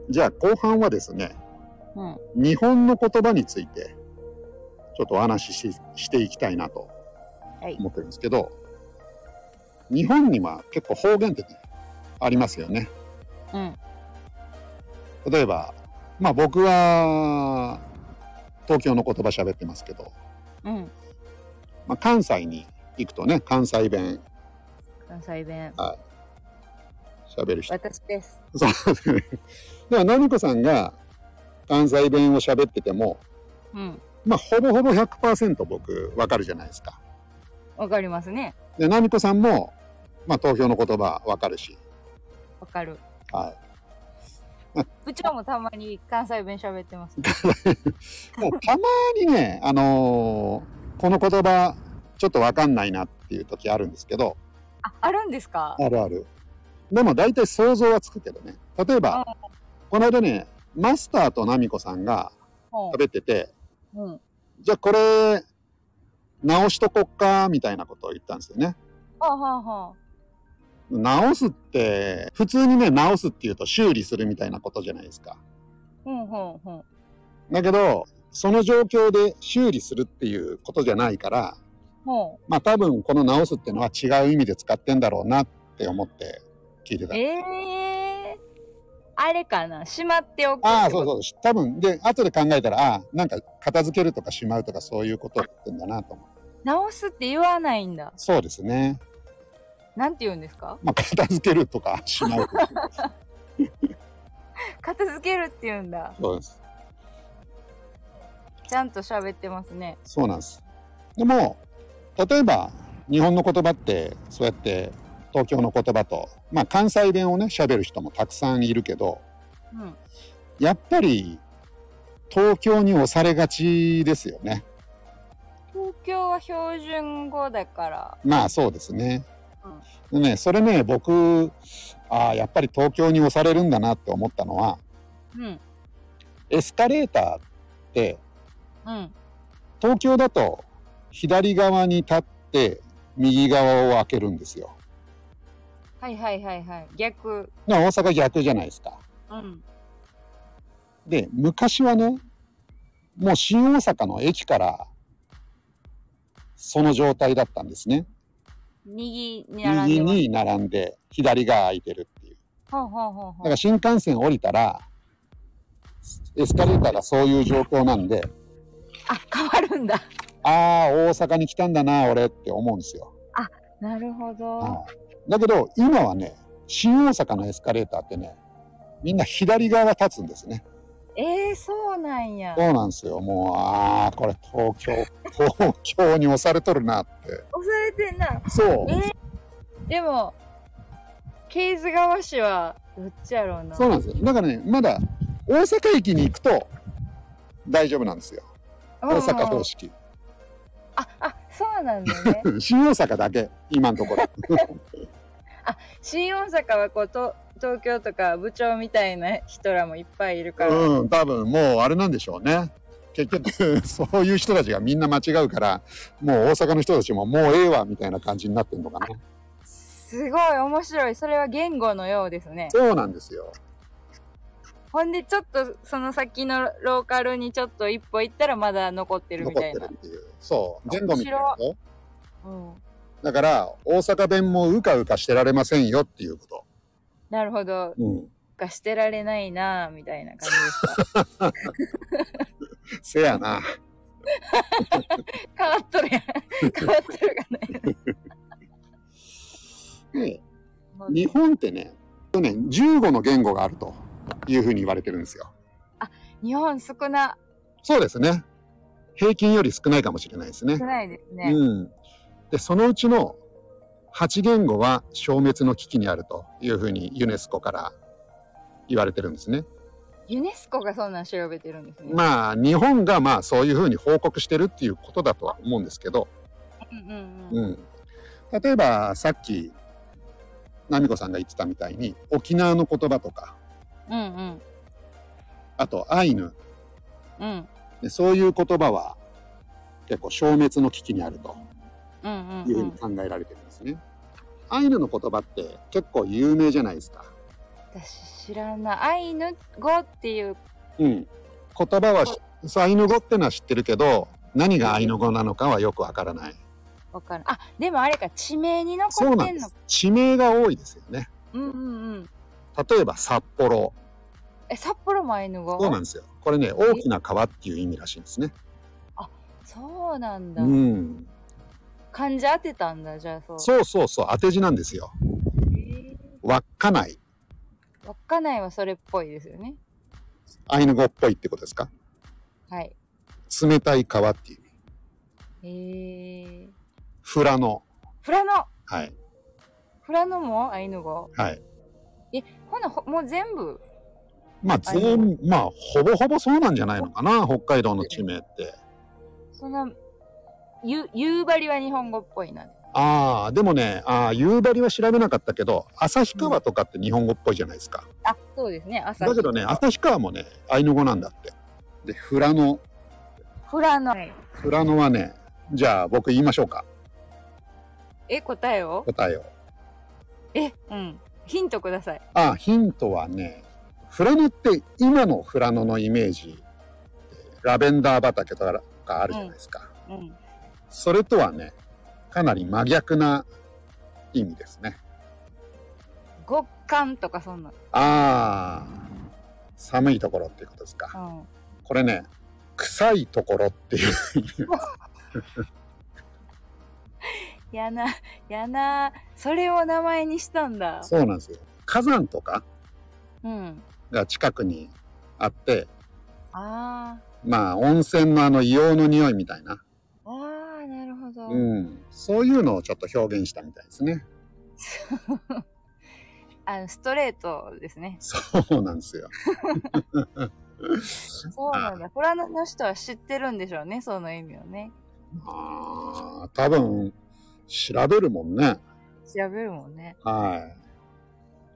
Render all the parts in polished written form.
じゃあ後半はですね、 うん。 日本の言葉についてちょっとお話ししていきたいなとはい。 思ってるんですけど、日本には結構方言ってね、ありますよね。 うん。 例えば、まあ僕は東京の言葉喋ってますけど、 うん。 まあ、関西に行くとね、関西弁、 関西弁。 喋る人。 私です。 そうですね。だから、ナミコさんが関西弁を喋ってても、 うん。 まあ、ほぼほぼ 100% 僕、わかるじゃないですか。 わかりますね。 で、ナミコさんも、まあ、東京の言葉わかるし。 わかる。 は部長もたまに関西弁喋ってます、ね。 い。もうたまにね、この言葉、ちょっとわかんないなっていう時あるんですけど。 あるんですか？ あるある。でも大体想像はつくけどね。例えば、この間ね、マスターとナミコさんが喋ってて、 うん。 じゃあこれ、直しとこっか、みたいなことを言ったんですよね。 はあはあはあ。 直すって、普通にね、直すっていうと修理するみたいなことじゃないですか。だけど、その状況で修理するっていうことじゃないから、まあ多分この直すっていうのは違う意味で使ってんだろうなって思って聞いてた。 あれかな、しまっておく。 ああ、そうそう。多分、で、後で考えたら、なんか片付けるとかしまうとかそういうことを言ってんだなと思う。 直すって言わないんだ。 そうですね。 なんて言うんですか？ まあ、片付けるとかしまうとか。 片付けるって言うんだ。 そうです。 ちゃんと喋ってますね。 そうなんです。でも、例えば、日本の言葉って、そうやって、東京の言葉と、まあ、関西弁をね、喋る人もたくさんいるけど、やっぱり、東京に押されがちですよね。 東京は標準語だから。 まあ、そうですね。でね、それね、僕、やっぱり東京に押されるんだなって思ったのは、エスカレーターって、東京だと左側に立って右側を開けるんですよ。 はいはいはいはい。逆。 大阪逆じゃないですか。で、昔はね、もう新大阪の駅からその状態だったんですね。右に並んで左が空いてるっていう。だから新幹線降りたら、エスカレーターがそういう状況なんで、 変わるんだ。 大阪に来たんだな、俺って思うんですよ。 なるほど。 だけど、今はね、新大阪のエスカレーターってね、みんな左側立つんですね。 そうなんや。 そうなんですよ。もう、これ東京に押されとるなって。 押されてんな。 そう。 でも、京津川市はどっちやろうな。 そうなんですよ。だからね、まだ大阪駅に行くと大丈夫なんですよ。大阪方式。 そうなんだね。 新大阪だけ、今のところ。 新大阪はこう東京とか部長みたいな人らもいっぱいいるから。 多分もうあれなんでしょうね。結局、そういう人たちがみんな間違うから、もう大阪の人たちももうええわみたいな感じになってんのかな。 すごい面白い。それは言語のようですね。 そうなんですよ。 ほんでちょっとその先のローカルにちょっと一歩行ったらまだ残ってるみたいな。 残ってるっていう。そう。言語みたいなこと。だから、大阪弁もうかうかしてられませんよっていうこと。 なるほど。かしてられないなぁ、みたいな感じですか。 せやな。 変わっとるやん。変わっとるがね。日本ってね、15の言語があるというふうに言われてるんですよ。 日本少な。 そうですね。平均より少ないかもしれないですね。 少ないですね。 で、そのうちの8言語は消滅の危機にあるというふうにユネスコから言われてるんですね。 ユネスコがそんなん調べてるんですね。 まあ、日本がまあそういうふうに報告してるっていうことだとは思うんですけど、例えばさっき、ナミコさんが言ってたみたいに、沖縄の言葉とか、あとアイヌ、でそういう言葉は結構消滅の危機にあるというふうに考えられてるんですね。アイヌの言葉って結構有名じゃないですか。 私知らない。アイヌ語っていう。 うん。言葉はアイヌ語ってのは知ってるけど、何がアイヌ語なのかはよくわからない。 わかる。あ、でもあれか、地名に残そうってんの。 なんです。地名が多いですよね。 うんうんうん。 例えば札幌。 札幌もアイヌ語？ そうなんですよ。これね、大きな川っていう意味らしいんですね。 あ、そうなんだ。 うん。 漢字当てたんだ、じゃあそう。 そうそうそう、当て字なんですよ。稚内。 稚内はそれっぽいですよね。 アイヌ語っぽいってことですか？ はい。 冷たい川っていう意味。 へえ。 富良野。 富良野。 はい。 富良野もアイヌ語？ はい。 ほな、もう全部。 まあ、ほぼほぼそうなんじゃないのかな、北海道の地名って。 その、夕張は日本語っぽいな。 ああ、でもね、夕張は調べなかったけど、旭川とかって日本語っぽいじゃないですか。 あ、そうですね。 だけどね、旭川もね、アイヌ語なんだって。で、富良野。 富良野。 富良野はね、じゃあ僕言いましょうか。 答えを？ 答えを。 うん。ヒントください。 ヒントはね、富良野って今の富良野のイメージ、ラベンダー畑とかあるじゃないですか。 うん。 それとはね、かなり真逆な意味ですね。 極寒とかそんな。 寒いところっていうことですか。 うん。 これね、臭いところっていう意味です。 やな。それを名前にしたんだ。 そうなんですよ。火山とかうん。 が近くにあって、 あまあ温泉の硫黄の匂いみたいな。 なるほど。 そういうのをちょっと表現したみたいですね。 ストレートですね。 そうなんですよ。 そうなんだ。富良野の人は知ってるんでしょうね、その意味をね。 多分調べるもんね。 調べるもんね。 はい。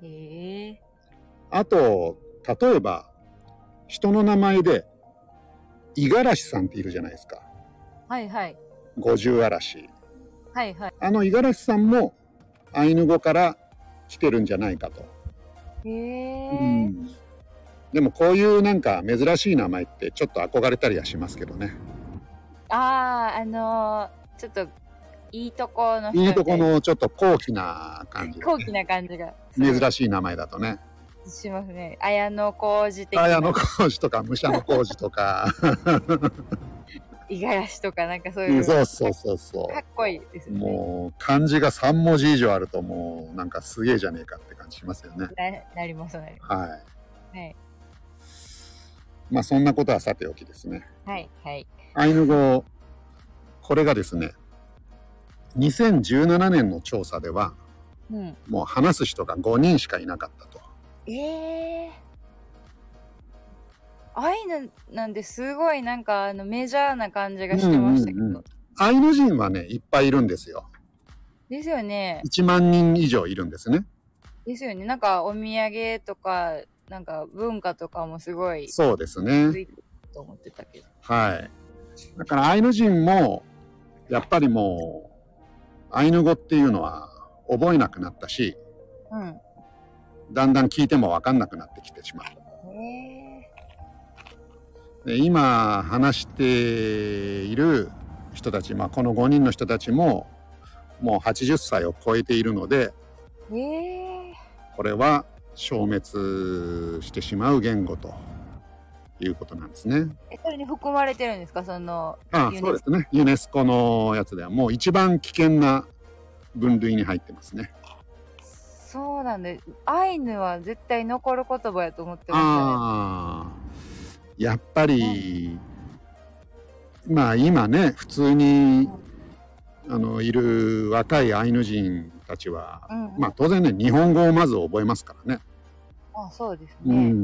へえ。 あと、例えば、人の名前で、五十嵐さんっているじゃないですか。 はいはい。 五十嵐。 はいはい。 五十嵐さんも、アイヌ語から来てるんじゃないかと。 へえ。 でもこういうなんか珍しい名前ってちょっと憧れたりはしますけどね。 ちょっといいとこの人いいとこのちょっと高貴な感じ、 高貴な感じが珍しい名前だとねしますね。綾小路的な。 綾小路とか武者小路とか五十嵐とかなんかそういう、 そうかっこいいですね。 もう漢字が3文字以上あるともうなんかすげえじゃねえかって感じしますよね。 なります。はい。 まあそんなことはさておきですね。 はいはい。 アイヌ語、これがですね、2017年の調査では、もう話す人が5人しかいなかったと。 アイヌなんですごいなんかメジャーな感じがしてましたけど。 アイヌ人はね、いっぱいいるんですよ。 ですよね。 1万人以上いるんですね。 ですよね。なんかお土産とか、なんか文化とかもすごい。 そうですね。 と思ってたけど。 はい。だからアイヌ人も、やっぱりもう、アイヌ語っていうのは覚えなくなったし、だんだん聞いても分かんなくなってきてしまう。で今話している人たち、この5人の人たちももう80歳を超えているので、これは消滅してしまう言語ということなんですね。 それに含まれてるんですか？ そうですね。ユネスコのやつではもう一番危険な分類に入ってますね。 そうなんで、アイヌは絶対残る言葉やと思ってましたね。 やっぱり、今ね、普通にいる若いアイヌ人たちは、当然ね、日本語をまず覚えますからね。 そうですね。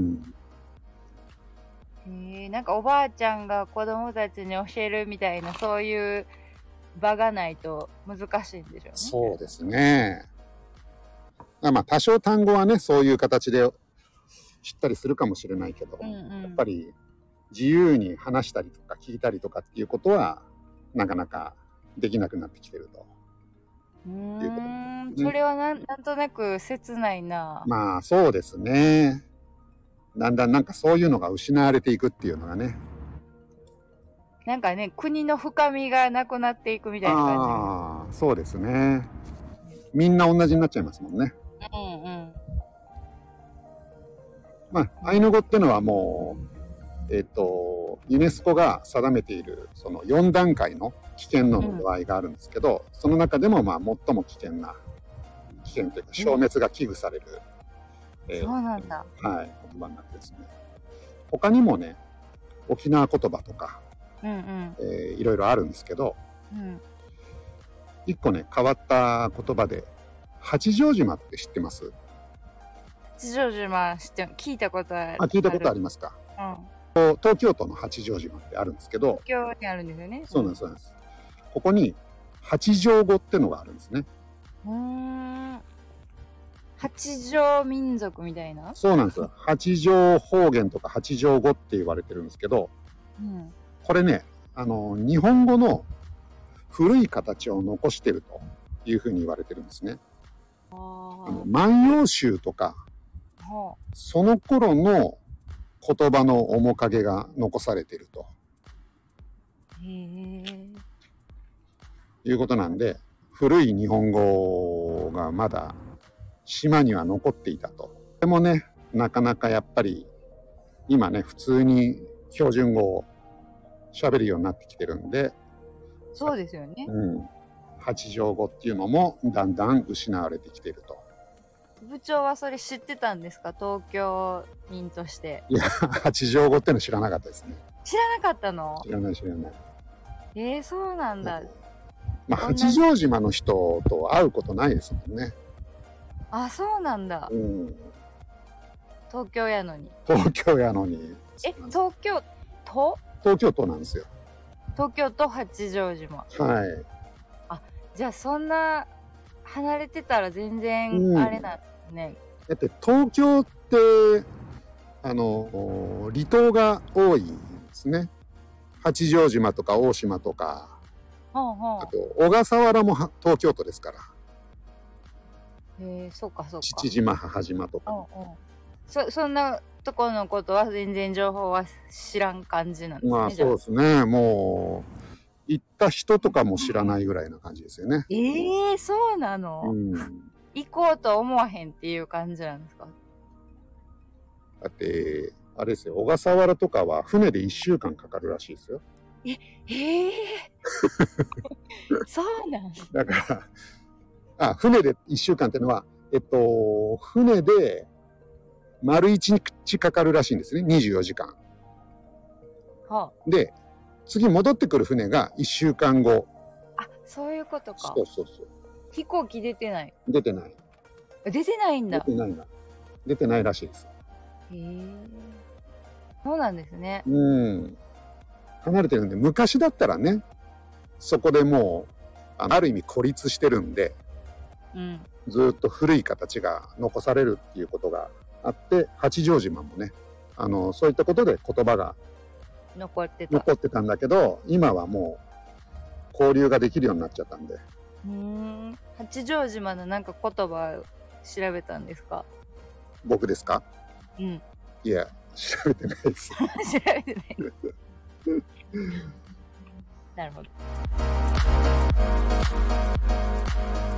なんかおばあちゃんが子供たちに教えるみたいな、そういう場がないと難しいんでしょうね。 そうですね。多少単語はね、そういう形で知ったりするかもしれないけど、やっぱり自由に話したりとか聞いたりとかっていうことはなかなかできなくなってきてると。 それはなんとなく切ないな。 まあそうですね。だんだんなんかそういうのが失われていくっていうのがね。 なんかね、国の深みがなくなっていくみたいな感ああ、そうですね。みんな同じになっちゃいますもんね。 じ。 まあ、アイヌ語ってのはもう、ユネスコが定めているその4段階の危険度の度合いがあるんですけど、その中でもまあ最も危険というか消滅が危惧される、 そうなんだ。 はい、言葉になってですね。他にもね、沖縄言葉とか、いろいろあるんですけど、一個ね、変わった言葉で、八丈島って知ってます？ 八丈島聞いたことある。 聞いたことありますか？東京都の八丈島ってあるんですけど、 東京にあるんですよね。 そうなんです、そうなんです。ここに八丈語ってのがあるんですね。 八丈民族みたいな？ そうなんですよ。八丈方言とか八丈語って言われてるんですけど、これね、日本語の古い形を残してるというふうに言われてるんですね。万葉集とか、その頃の言葉の面影が残されているということなんで、古い日本語がまだ島には残っていたと。でもね、なかなかやっぱり今ね、普通に標準語を喋るようになってきてるんで、 そうですよね。 八丈語っていうのもだんだん失われてきていると。 部長はそれ知ってたんですか？東京人として。 いや、八丈語っての知らなかったですね。 知らなかったの？ 知らない知らない。 そうなんだ。 まあ、八丈島の人と会うことないですもんね。 あ、そうなんだ。東京やのに。 東京やのに。 東京都？ 東京都なんですよ。 東京都八丈島。 はい。 じゃあそんな離れてたら全然あれなんですね。 だって東京って離島が多いんですね。八丈島とか大島とか、あと小笠原も東京都ですから。 そうかそうか。 父島母島とか。 そんなとこのことは全然情報は知らん感じなんですね。 まあそうですね。もう行った人とかも知らないぐらいな感じですよね。 そうなの？行こうと思わへんっていう感じなんですか？ だってあれですよ、小笠原とかは船で1週間かかるらしいですよ。 そうなんだから船で1週間っていうのは船で丸1日かかるらしいんですね。24時間。で次戻ってくる船が1週間後。 そういうことか。 そうそうそう。 飛行機出てない？ 出てない。 出てないんだ。 出てないらしいです。 そうなんですね。 離れてるんで、昔だったらね、そこでもうある意味孤立してるんで、ずっと古い形が残されるっていうことがあって、八丈島もね、そういったことで言葉が残ってたんだけど、今はもう交流ができるようになっちゃったんで。 八丈島のなんか言葉を調べたんですか？ 僕ですか？いや、調べてないです。 調べてない。なるほど。